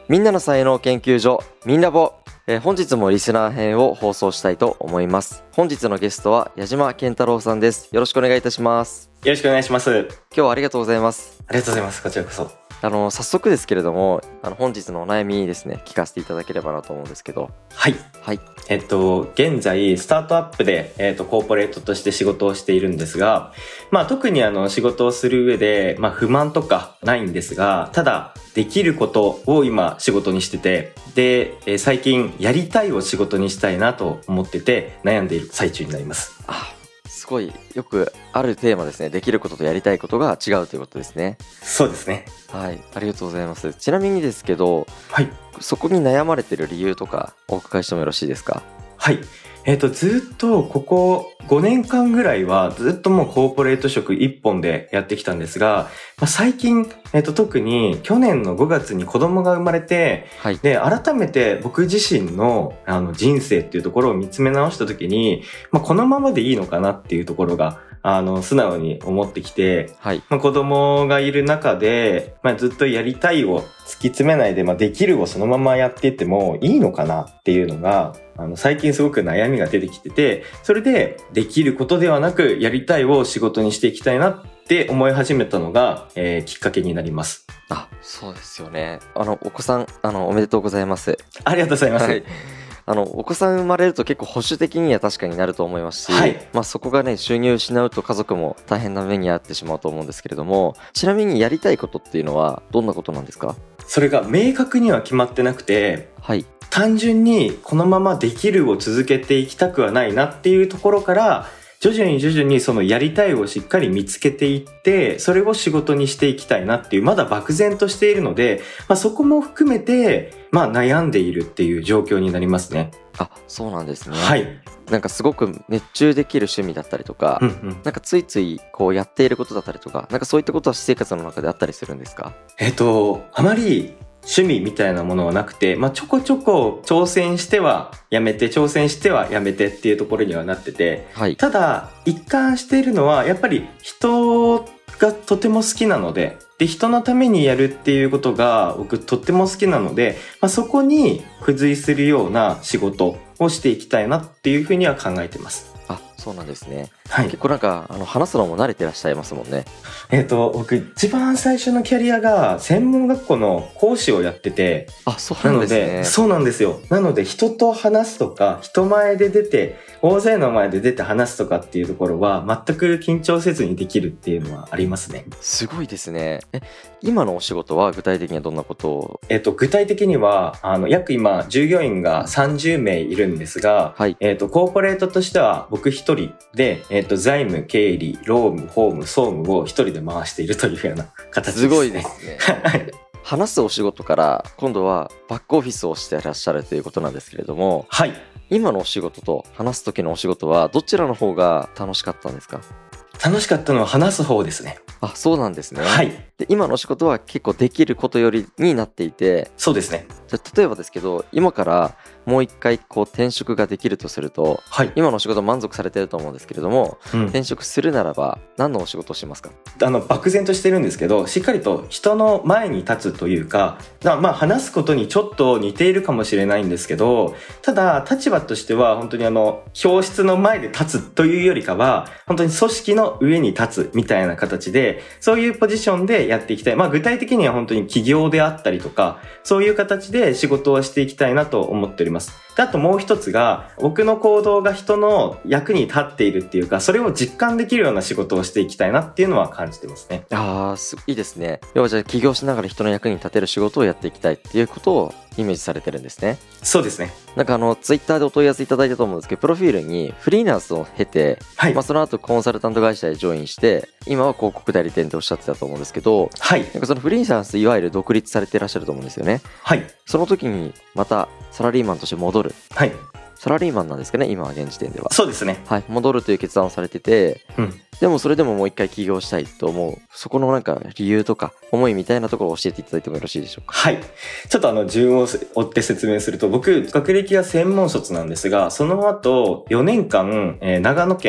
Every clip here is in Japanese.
みんなの才能研究所みんラボ、本日もリスナー編を放送したいと思います。本日のゲストは矢島健太郎さんです。よろしくお願いいたします。 よろしくお願いします。 今日はありがとうございます。 ありがとうございます。こちらこそ。 早速ですけれども、本日のお悩みですね、聞かせていただければなと思うんですけど。 はい。現在スタートアップでコーポレートとして仕事をしているんですが、特に仕事をする上で不満とかないんですが、ただできることを今仕事にしてて、で最近やりたいを仕事にしたいなと思ってて悩んでいる最中になります。 すごいよくあるテーマですね。できることとやりたいことが違うということですね。 そうですね。 はい、ありがとうございます。ちなみにですけど、 はい、 そこに悩まれている理由とかお伺いしてもよろしいですか？ はい。ずっとここ5年間ぐらいはずっともうコーポレート職一本でやってきたんですが、最近、特に去年の5月に子供が生まれて、 はい、 で、改めて僕自身の人生っていうところを見つめ直した時に、このままでいいのかなっていうところが、素直に思ってきて、 はい、 子供がいる中で、ずっとやりたいを突き詰めないで、できるをそのままやっていってもいいのかなっていうのが、最近すごく悩みが出てきてて、それでできることではなくやりたいを仕事にしていきたいなって思い始めたのが、きっかけになります。 そうですよね。お子さんおめでとうございます。 ありがとうございます。 はい、お子さん生まれると結構保守的には確かになると思いますし、 はい、 そこがね収入を失うと家族も大変な目に遭ってしまうと思うんですけれども、ちなみにやりたいことっていうのはどんなことなんですか？ それが明確には決まってなくて、 はい、 単純にこのままできるを続けていきたくはないなっていうところから徐々にそのやりたいをしっかり見つけていって、それを仕事にしていきたいなっていう、まだ漠然としているので、そこも含めて悩んでいるっていう状況になりますね。 そうなんですね。 はい。 なんかすごく熱中できる趣味だったりとか、なんかついついこうやっていることだったりとか、なんかそういったことは私生活の中であったりするんですか？ あまり趣味みたいなものはなくて、ちょこちょこ挑戦してはやめてっていうところにはなってて、 はい、 ただ一貫しているのはやっぱり人がとても好きなので、人のためにやるっていうことが僕とっても好きなので、そこに付随するような仕事をしていきたいなっていうふうには考えてます。 そうなんですね。 はい、 結構なんか話すのも慣れてらっしゃいますもんね。 僕一番最初のキャリアが専門学校の講師をやってて、 そうなんですね。 そうなんですよ。なので人と話すとか、人前で出て大勢の前で出て話すとかっていうところは全く緊張せずにできるっていうのはありますね。 すごいですね。今のお仕事は具体的にはどんなことを？ 具体的には約今従業員が30名いるんですが、 はい、 コーポレートとしては僕一人で、財務、経理、労務、法務、総務を一人で回しているというような形ですね。 すごいですね。話すお仕事から今度はバックオフィスをしていらっしゃるということなんですけれども、 はい、 今のお仕事と話す時のお仕事はどちらの方が楽しかったんですか？ 楽しかったのは話す方ですね。 そうなんですね。 はい。 で、今のお仕事は結構できることよりになっていて。 そうですね。 じゃあ例えばですけど、今からもう一回こう転職ができるとすると、 はい、 今のお仕事満足されてると思うんですけれども、転職するならば何のお仕事をしますか？ 漠然としてるんですけど、しっかりと人の前に立つというか、話すことにちょっと似ているかもしれないんですけど、ただ立場としては本当に教室の前で立つというよりかは本当に組織の上に立つみたいな形で、そういうポジションでやっていきたい。具体的には本当に起業であったりとか、そういう形で仕事をしていきたいなと思っております。で、あともう一つが、僕の行動が人の役に立っているっていうか、それを実感できるような仕事をしていきたいなっていうのは感じてますね。 いいですね。要はじゃあ起業しながら人の役に立てる仕事をやっていきたいっていうことをイメージされてるんですね。 そうですね。 なんかツイッターでお問い合わせいただいたと思うんですけど、プロフィールにフリーランスを経て、 はい、 その後コンサルタント会社へジョインして、今は広告代理店っておっしゃってたと思うんですけど、 はい、 なんかそのフリーランスいわゆる独立されていらっしゃると思うんですよね。 はい、 その時にまたサラリーマンとして戻る。 はい、 サラリーマンなんですかね、今は現時点では。 そうですね。 はい、戻るという決断をされてて、でもそれでももう一回起業したいと思う、そこのなんか理由とか思いみたいなところを教えていただいてもよろしいでしょうか？ はい。ちょっと順を追って説明すると、僕、学歴は専門卒なんですが、その後4年間、長野県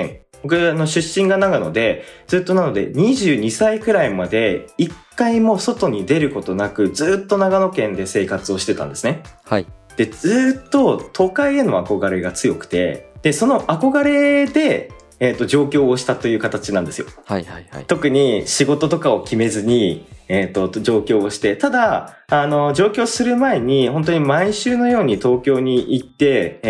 僕出身が長野で、ずっとなので22歳くらいまで一回も外に出ることなくずっと長野県で生活をしてたんですね。 はい。 で、ずっと都会への憧れが強くて、で、その憧れで、上京をしたという形なんですよ。 はいはいはい。 特に仕事とかを決めずに、上京をして、ただ、上京する前に、本当に毎週のように東京に行って、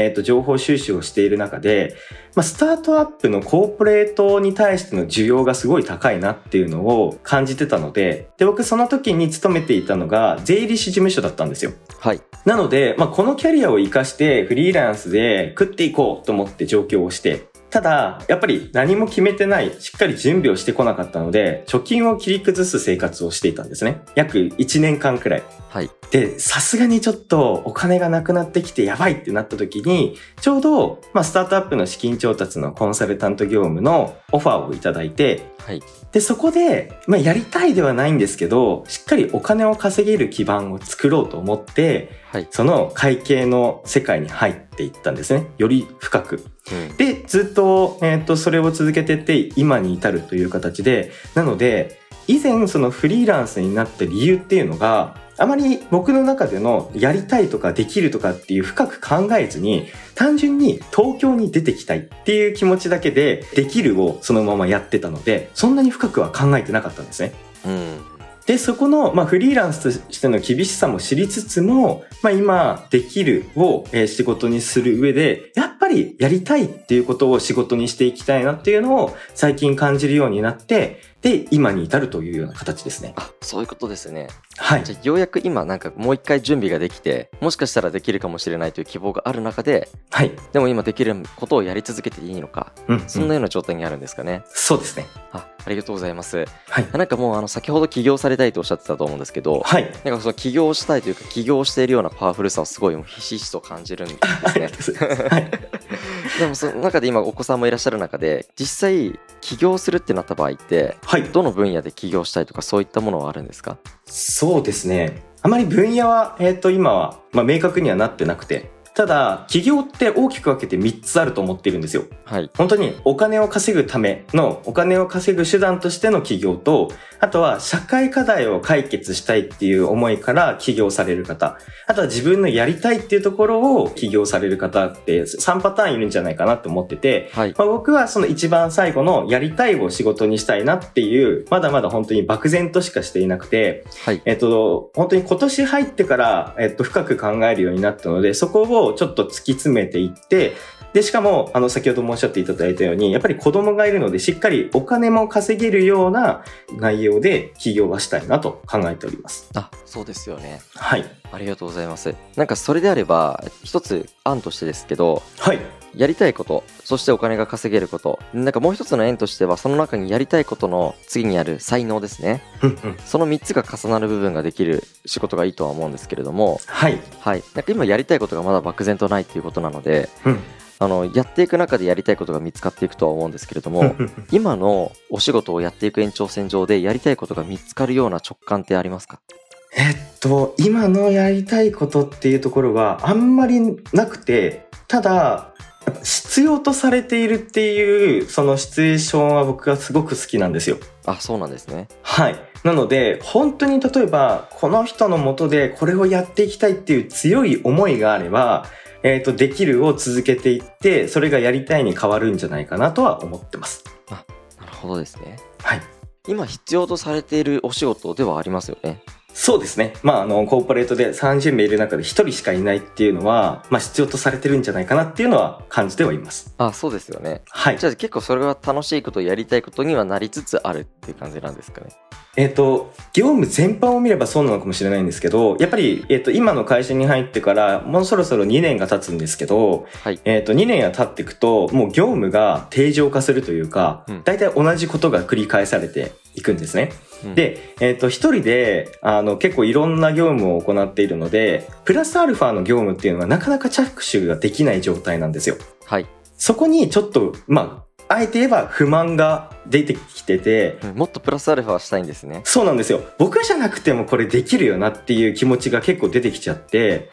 情報収集をしている中で、スタートアップのコーポレートに対しての需要がすごい高いなっていうのを感じてたので、僕その時に勤めていたのが税理士事務所だったんですよ。 はい。 なので、このキャリアを活かしてフリーランスで食っていこうと思って上京をして、ただ、やっぱり何も決めてない、しっかり準備をしてこなかったので、貯金を切り崩す生活をしていたんですね。約1年間くらい。 はい。 で、さすがにちょっとお金がなくなってきてやばいってなった時に、ちょうど、スタートアップの資金調達のコンサルタント業務のオファーをいただいて、 はい。 で、そこで、やりたいではないんですけど、しっかりお金を稼げる基盤を作ろうと思って、 はい。 その会計の世界に入っていったんですね。より深く。で、ずっと、それを続けていって今に至るという形で、なので、以前そのフリーランスになった理由っていうのが、あまり僕の中でのやりたいとかできるとかっていう深く考えずに、単純に東京に出てきたいっていう気持ちだけで、できるをそのままやってたので、そんなに深くは考えてなかったんですね。で、そこの、フリーランスとしての厳しさも知りつつも、今、できるを仕事にする上で、やっぱりやりたいっていうことを仕事にしていきたいなっていうのを最近感じるようになって、で、今に至るというような形ですね。 あ、そういうことですね。 はい。 じゃあようやく今もう一回準備ができて、もしかしたらできるかもしれないという希望がある中で、 はい。 でも今できることをやり続けていいのか、そんなような状態にあるんですかね。 そうですね。 ありがとうございます。 はい。 もう先ほど起業されたいとおっしゃってたと思うんですけど、 はい。 その起業したいというか起業しているようなパワフルさをすごいひしひしと感じるんですね。 はい。 でもその中で今お子さんもいらっしゃる中で、実際起業するってなった場合って、はい、どの分野で起業したいとかそういったものはあるんですか？ そうですね。あまり分野は、今は、明確にはなってなくて、ただ、起業って大きく分けて3つあると思っているんですよ。 はい。 本当にお金を稼ぐための、お金を稼ぐ手段としての起業と、あとは社会課題を解決したいっていう思いから起業される方、あとは自分のやりたいっていうところを起業される方って3パターンいるんじゃないかなと思ってて、はい。僕はその一番最後のやりたいを仕事にしたいなっていう、まだまだ本当に漠然としかしていなくて、はい。本当に今年入ってから、深く考えるようになったので、そこをちょっと突き詰めていって、で、しかも、先ほどもおっしゃっていただいたように、やっぱり子供がいるので、しっかりお金も稼げるような内容で起業はしたいなと考えております。 あ、そうですよね。 はい。 ありがとうございます。それであれば、一つ案としてですけど、 はい。 やりたいこと、そしてお金が稼げること、もう一つの縁としては、その中にやりたいことの次にある才能ですね。その3つが重なる部分ができる仕事がいいとは思うんですけれども、はい。はい。今やりたいことがまだ漠然とないっていうことなので、やっていく中でやりたいことが見つかっていくとは思うんですけれども、今のお仕事をやっていく延長線上でやりたいことが見つかるような直感ってありますか？ 今のやりたいことっていうところはあんまりなくて、ただ、必要とされているっていうそのシチュエーションは僕がすごく好きなんですよ。 あ、そうなんですね。 はい。なので本当に例えばこの人の下でこれをやっていきたいっていう強い思いがあれば、できるを続けていってそれがやりたいに変わるんじゃないかなとは思ってます。 あ、なるほどですね。 はい。 今必要とされているお仕事ではありますよね。 そうですね。コーポレートで30名いる中で1人しかいないっていうのは、必要とされてるんじゃないかなっていうのは感じてはいます。 あ、そうですよね。 はい。 じゃあ結構それは楽しいことやりたいことにはなりつつあるっていう感じなんですかね。 業務全般を見ればそうなのかもしれないんですけど、やっぱり、今の会社に入ってからもうそろそろ2年が経つんですけど、はい。2年が経っていくと、もう業務が定常化するというか、大体同じことが繰り返されていくんですね。で、一人で、結構いろんな業務を行っているので、プラスアルファの業務っていうのはなかなか着手ができない状態なんですよ。はい。そこにちょっと、あえて言えば不満が出てきてて、 もっとプラスアルファしたいんですね。 そうなんですよ。僕じゃなくてもこれできるよなっていう気持ちが結構出てきちゃって、はい。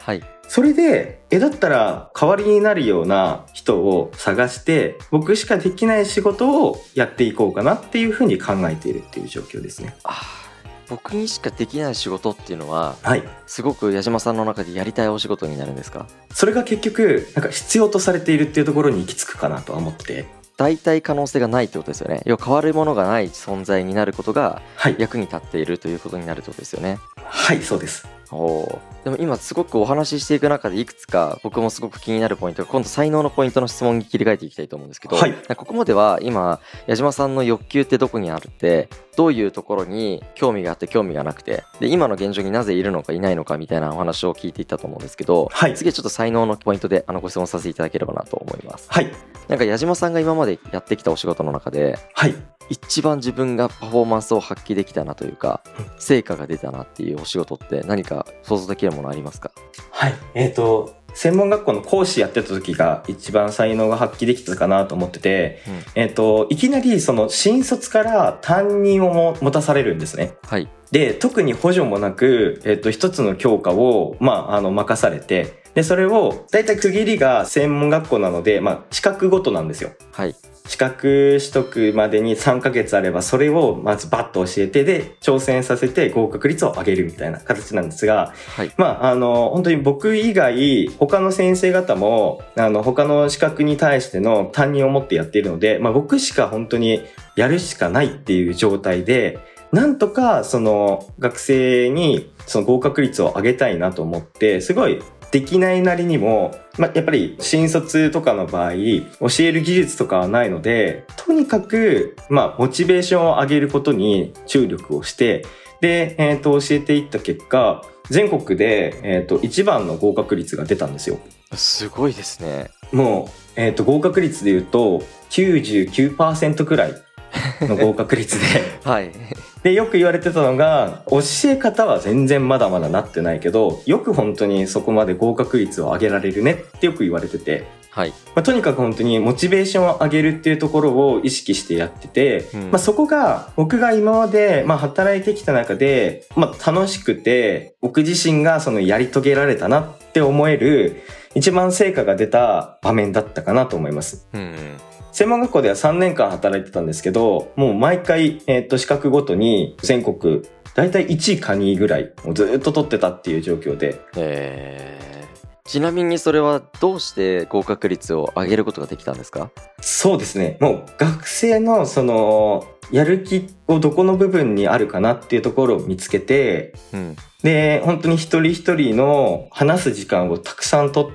それで、だったら代わりになるような人を探して、僕しかできない仕事をやっていこうかなっていうふうに考えているっていう状況ですね。 僕にしかできない仕事っていうのは、 はい。 すごく矢島さんの中でやりたいお仕事になるんですか？ それが結局、なんか必要とされているっていうところに行き着くかなとは思ってて。 代替可能性がないってことですよね。要は変わるものがない存在になることが役に立っているということになるってことですよね。 はい、そうです。 でも今すごくお話ししていく中でいくつか僕もすごく気になるポイントが、今度才能のポイントの質問に切り替えていきたいと思うんですけど、 はい、 ここまでは今矢島さんの欲求ってどこにあるって、どういうところに興味があって興味がなくて、で今の現状になぜいるのかいないのかみたいなお話を聞いていったと思うんですけど、 はい、 次はちょっと才能のポイントでご質問させていただければなと思います。 はい。 なんか矢島さんが今までやってきたお仕事の中で、 はい。 一番自分がパフォーマンスを発揮できたなというか、成果が出たなっていうお仕事って何か想像できるものありますか？ はい。専門学校の講師やってた時が一番才能が発揮できたかなと思ってて、いきなりその新卒から担任を持たされるんですね。 はい。 で、特に補助もなく、一つの教科を、任されて、で、それを、だいたい区切りが専門学校なので、資格ごとなんですよ。 はい。 資格取得までに3ヶ月あれば、それをまずバッと教えて、で、挑戦させて合格率を上げるみたいな形なんですが、 はい。 本当に僕以外、他の先生方も、他の資格に対しての担任を持ってやっているので、僕しか本当にやるしかないっていう状態で、なんとかその学生にその合格率を上げたいなと思って、すごいできないなりにも、やっぱり新卒とかの場合、教える技術とかはないので、とにかく、モチベーションを上げることに注力をして、で、教えていった結果、全国で、一番の合格率が出たんですよ。 すごいですね。 もう、合格率で言うと、99% くらいの合格率で、 はい。 で、よく言われてたのが、教え方は全然まだまだなってないけど、よく本当にそこまで合格率を上げられるねってよく言われてて、 はい。 とにかく本当にモチベーションを上げるっていうところを意識してやってて、そこが僕が今まで働いてきた中で、楽しくて、僕自身がそのやり遂げられたなって思える一番成果が出た場面だったかなと思います。専門学校では3年間働いてたんですけど、もう毎回、資格ごとに全国、だいたい1位か2位ぐらい、もうずっと取ってたっていう状況で。 ちなみにそれはどうして合格率を上げることができたんですか？ そうですね。もう学生のその、やる気をどこの部分にあるかなっていうところを見つけて、で、本当に一人一人の話す時間をたくさん取って、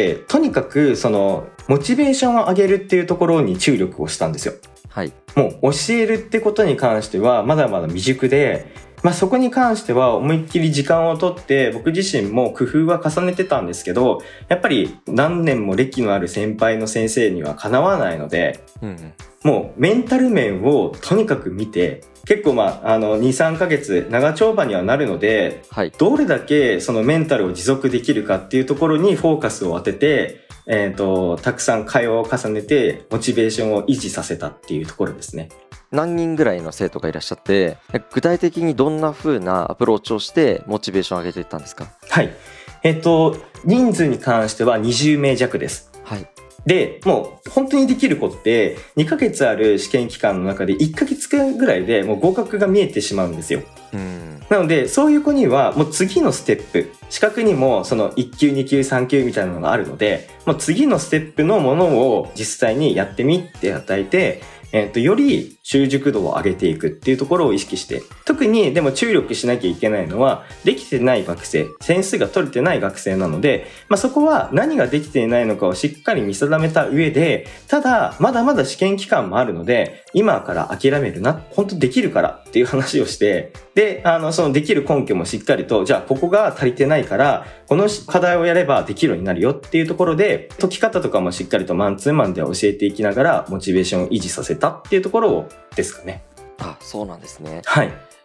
とにかくその、モチベーションを上げるっていうところに注力をしたんですよ。 はい。 もう教えるってことに関してはまだまだ未熟で、そこに関しては思いっきり時間をとって僕自身も工夫は重ねてたんですけど、やっぱり何年も歴のある先輩の先生にはかなわないので、もうメンタル面をとにかく見て、結構2、3ヶ月長丁場にはなるので、どれだけそのメンタルを持続できるかっていうところにフォーカスを当てて、たくさん会話を重ねてモチベーションを維持させたっていうところですね。 何人ぐらいの生徒がいらっしゃって、具体的にどんな風なアプローチをしてモチベーションを上げていったんですか？ はい。人数に関しては20名弱です。 はい。 で、もう本当にできる子って2ヶ月ある試験期間の中で1ヶ月ぐらいでもう合格が見えてしまうんですよ。なのでそういう子にはもう次のステップ、資格にもその1級2級3級みたいなのがあるので、もう次のステップのものを実際にやってみて与えて、より習熟度を上げていくっていうところを意識して、特にでも注力しなきゃいけないのはできてない学生、点数が取れてない学生なので、そこは何ができていないのかをしっかり見定めた上で、ただまだまだ試験期間もあるので今から諦めるな、本当できるからっていう話をして、でそのできる根拠もしっかりと、じゃあここが足りてないからこの課題をやればできるようになるよっていうところで、解き方とかもしっかりとマンツーマンで教えていきながらモチベーションを維持させたっていうところですかね。 そうなんですね。 はい。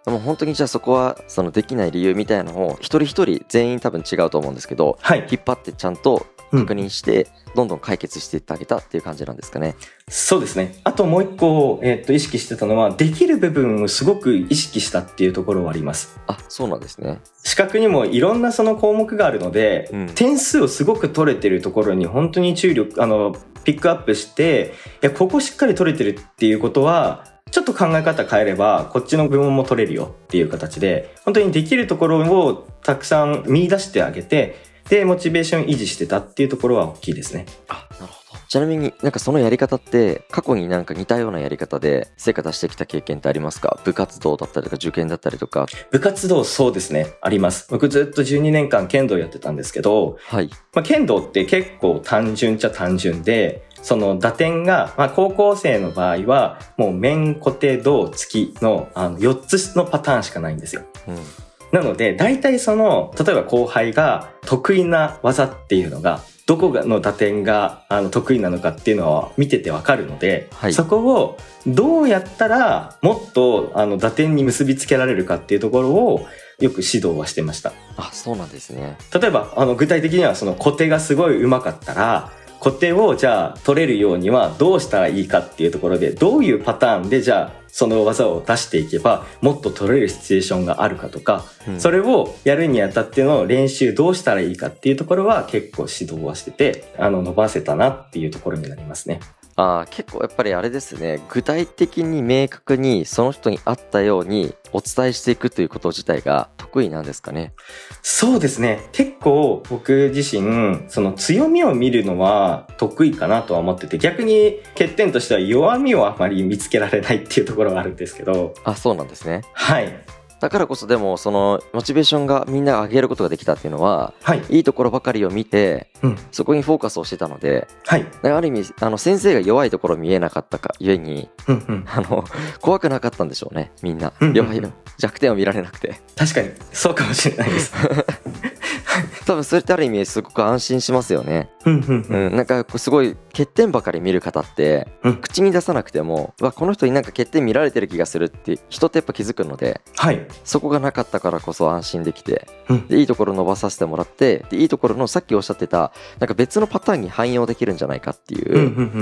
でも本当にじゃあそこはそのできない理由みたいなのを一人一人全員多分違うと思うんですけど、 はい。 引っ張ってちゃんと確認してどんどん解決していってあげたっていう感じなんですかね。 そうですね。あともう一個、意識してたのは、できる部分をすごく意識したっていうところはあります。 あ、そうなんですね。 資格にもいろんなその項目があるので、点数をすごく取れてるところに本当にピックアップして、いや、ここしっかり取れてるっていうことは、ちょっと考え方変えれば、こっちの部分も取れるよっていう形で、本当にできるところをたくさん見出してあげて、で、モチベーション維持してたっていうところは大きいですね。 あ、なるほど。ちなみになんかそのやり方って過去になんか似たようなやり方で成果出してきた経験ってありますか？部活動だったりとか受験だったりとか。 部活動、そうですね。あります。僕ずっと12年間剣道やってたんですけど、 はい。 剣道って結構単純っちゃ単純で、その打点が、高校生の場合はもう面、小手、胴、突きの4つのパターンしかないんですよ。なので、大体例えば後輩が得意な技っていうのが、どこの打点が得意なのかっていうのは見ててわかるので、はい、そこをどうやったらもっと打点に結びつけられるかっていうところをよく指導はしてました。 あ、そうなんですね。 例えば具体的にはその小手がすごい上手かったら、小手をじゃあ取れるようにはどうしたらいいかっていうところで、どういうパターンでじゃあその技を出していけばもっと取れるシチュエーションがあるかとか、それをやるにあたっての練習どうしたらいいかっていうところは結構指導はしてて、伸ばせたなっていうところになりますね。 結構やっぱりあれですね、具体的に明確にその人に合ったようにお伝えしていくということ自体が得意なんですかね。 そうですね。結構僕自身その強みを見るのは得意かなとは思ってて、逆に欠点としては弱みをあまり見つけられないっていうところがあるんですけど。 あ、そうなんですね。 はい。 だからこそでもそのモチベーションがみんな上げることができたっていうのは、はい、いいところばかりを見て、そこにフォーカスをしてたので、はい、ある意味先生が弱いところ見えなかったかゆえに、怖くなかったんでしょうね、みんな。弱点を見られなくて。 確かにそうかもしれないです多分それってある意味すごく安心しますよね。なんかすごい欠点ばかり見る方って、口に出さなくてもこの人になんか欠点見られてる気がするって人ってやっぱ気づくので、はい、そこがなかったからこそ安心できて、でいいところ伸ばさせてもらって、でいいところのさっきおっしゃってたなんか別のパターンに汎用できるんじゃないかっていう、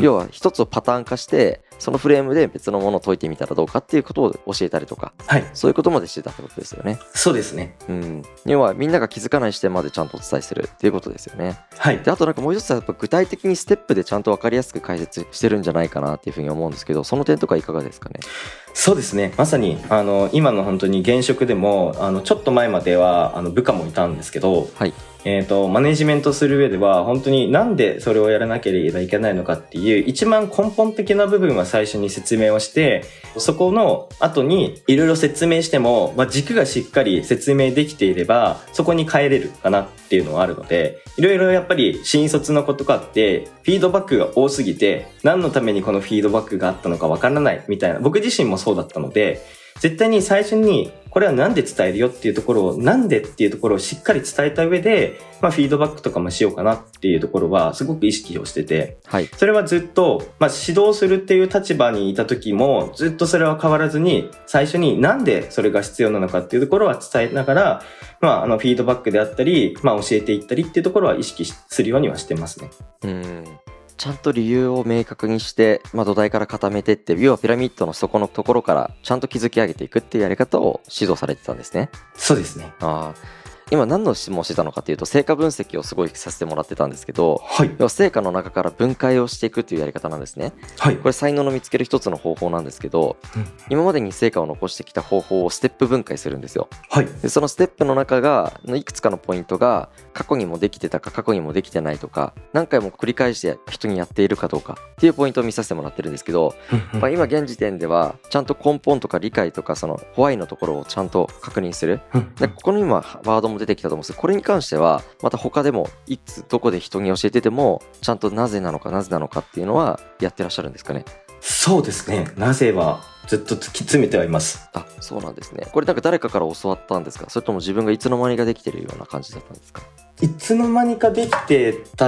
要は一つをパターン化してそのフレームで別のものを解いてみたらどうかっていうことを教えたりとか、はい、そういうことまでしてたってことですよね。 そうですね。 要はみんなが気づかない視点までちゃんとお伝えするっていうことですよね。はい。であとなんかもう一つはやっぱ具体的にステップでちゃんと分かりやすく解説してるんじゃないかなっていうふうに思うんですけど、その点とかいかがですかね。 そうですね。まさに今の本当に現職でもちょっと前までは部下もいたんですけど、はい、マネジメントする上では本当になんでそれをやらなければいけないのかっていう一番根本的な部分は最初に説明をして、そこの後にいろいろ説明しても、軸がしっかり説明できていればそこに変えれるかなっていうのはあるので、いろいろやっぱり新卒の子とかってフィードバックが多すぎて何のためにこのフィードバックがあったのかわからないみたいな、僕自身もそうだったので、絶対に最初にこれはなんで伝えるよっていうところを、なんでっていうところをしっかり伝えた上で、フィードバックとかもしようかなっていうところはすごく意識をしてて、はい、それはずっと、指導するっていう立場にいた時もずっとそれは変わらずに、最初になんでそれが必要なのかっていうところは伝えながら、フィードバックであったり、教えていったりっていうところは意識するようにはしてますね。 ちゃんと理由を明確にして、土台から固めてって、要はピラミッドの底のところからちゃんと築き上げていくっていうやり方を指導されてたんですね。 そうですね。 今何の質問をしてたのかというと、成果分析をすごいさせてもらってたんですけど、はい、要は成果の中から分解をしていくというやり方なんですね。はい、これ才能の見つける一つの方法なんですけど、今までに成果を残してきた方法をステップ分解するんですよ。はい、でそのステップの中のいくつかのポイントが過去にもできてたか過去にもできてないとか、何回も繰り返して人にやっているかどうかっていうポイントを見させてもらってるんですけど、今現時点ではちゃんと根本とか理解とかそのホワイのところをちゃんと確認する。でここに今ワードも出てきたと思うんですけど、これに関してはまた他でもいつどこで人に教えててもちゃんとなぜなのかっていうのはやってらっしゃるんですかね。 そうですね。なぜはずっと突き詰めてはいます。 そうなんですね。これなんか誰かから教わったんですか、それとも自分がいつの間にかできてるような感じだったんですか。 いつの間にかできてたっ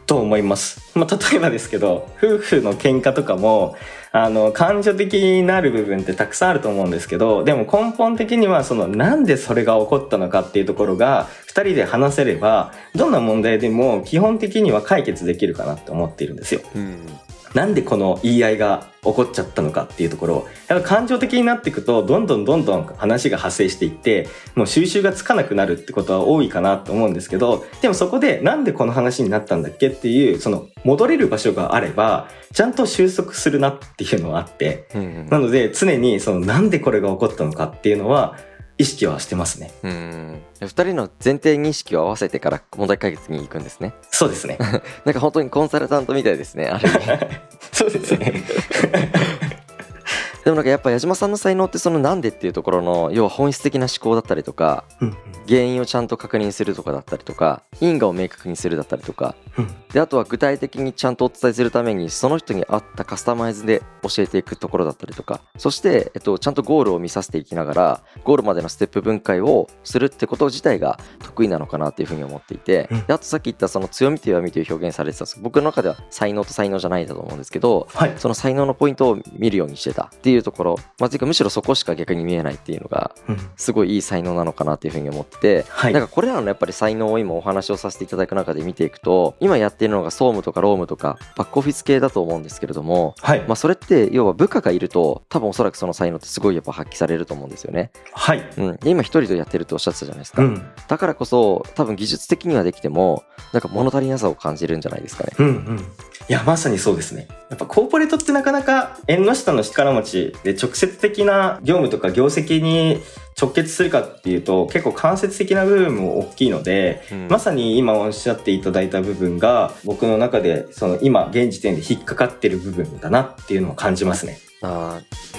と思います。例えばですけど、夫婦の喧嘩とかも感情的になる部分ってたくさんあると思うんですけど、でも根本的にはなんでそれが起こったのかっていうところが2人で話せれば、どんな問題でも基本的には解決できるかなって思っているんですよ。なんでこの言い合いが起こっちゃったのかっていうところ、やっぱ感情的になっていくとどんどん話が派生していって、もう収集がつかなくなるってことは多いかなと思うんですけど、でもそこでなんでこの話になったんだっけっていう戻れる場所があればちゃんと収束するなっていうのはあって、なので常になんでこれが起こったのかっていうのは意識はしてますね。 2人の前提認識を合わせてから問題解決に行くんですね。 そうですね。 なんか本当にコンサルタントみたいですね、ある意味。 そうですね。 でもなんかやっぱ矢島さんの才能ってなんでっていうところの要は本質的な思考だったりとか、原因をちゃんと確認するとかだったりとか、因果を明確にするだったりとか、であとは具体的にちゃんとお伝えするためにその人に合ったカスタマイズで教えていくところだったりとか、そして、ちゃんとゴールを見させていきながらゴールまでのステップ分解をするってこと自体が得意なのかなっていうふうに思っていて、であとさっき言った強みと弱みという表現されてたんですけど、僕の中では才能と才能じゃないんだと思うんですけど、その才能のポイントを見るようにしてたっていうところ、ていうかむしろそこしか逆に見えないっていうのがすごいいい才能なのかなっていうふうに思ってて、なんかこれらのやっぱり才能を今お話をさせていただく中で見ていくと、今やっているのが総務とか労務とかバックオフィス系だと思うんですけれども、それって要は部下がいると多分おそらくその才能ってすごいやっぱ発揮されると思うんですよね。で今一人でやってるとおっしゃってたじゃないですか。だからこそ多分技術的にはできてもなんか物足りなさを感じるんじゃないですかね。 いやまさにそうですね。やっぱコーポレートってなかなか縁の下の力持ちで直接的な業務とか業績に直結するかっていうと結構間接的な部分も大きいので、まさに今おっしゃっていただいた部分が僕の中で今現時点で引っかかってる部分だなっていうのを感じますね。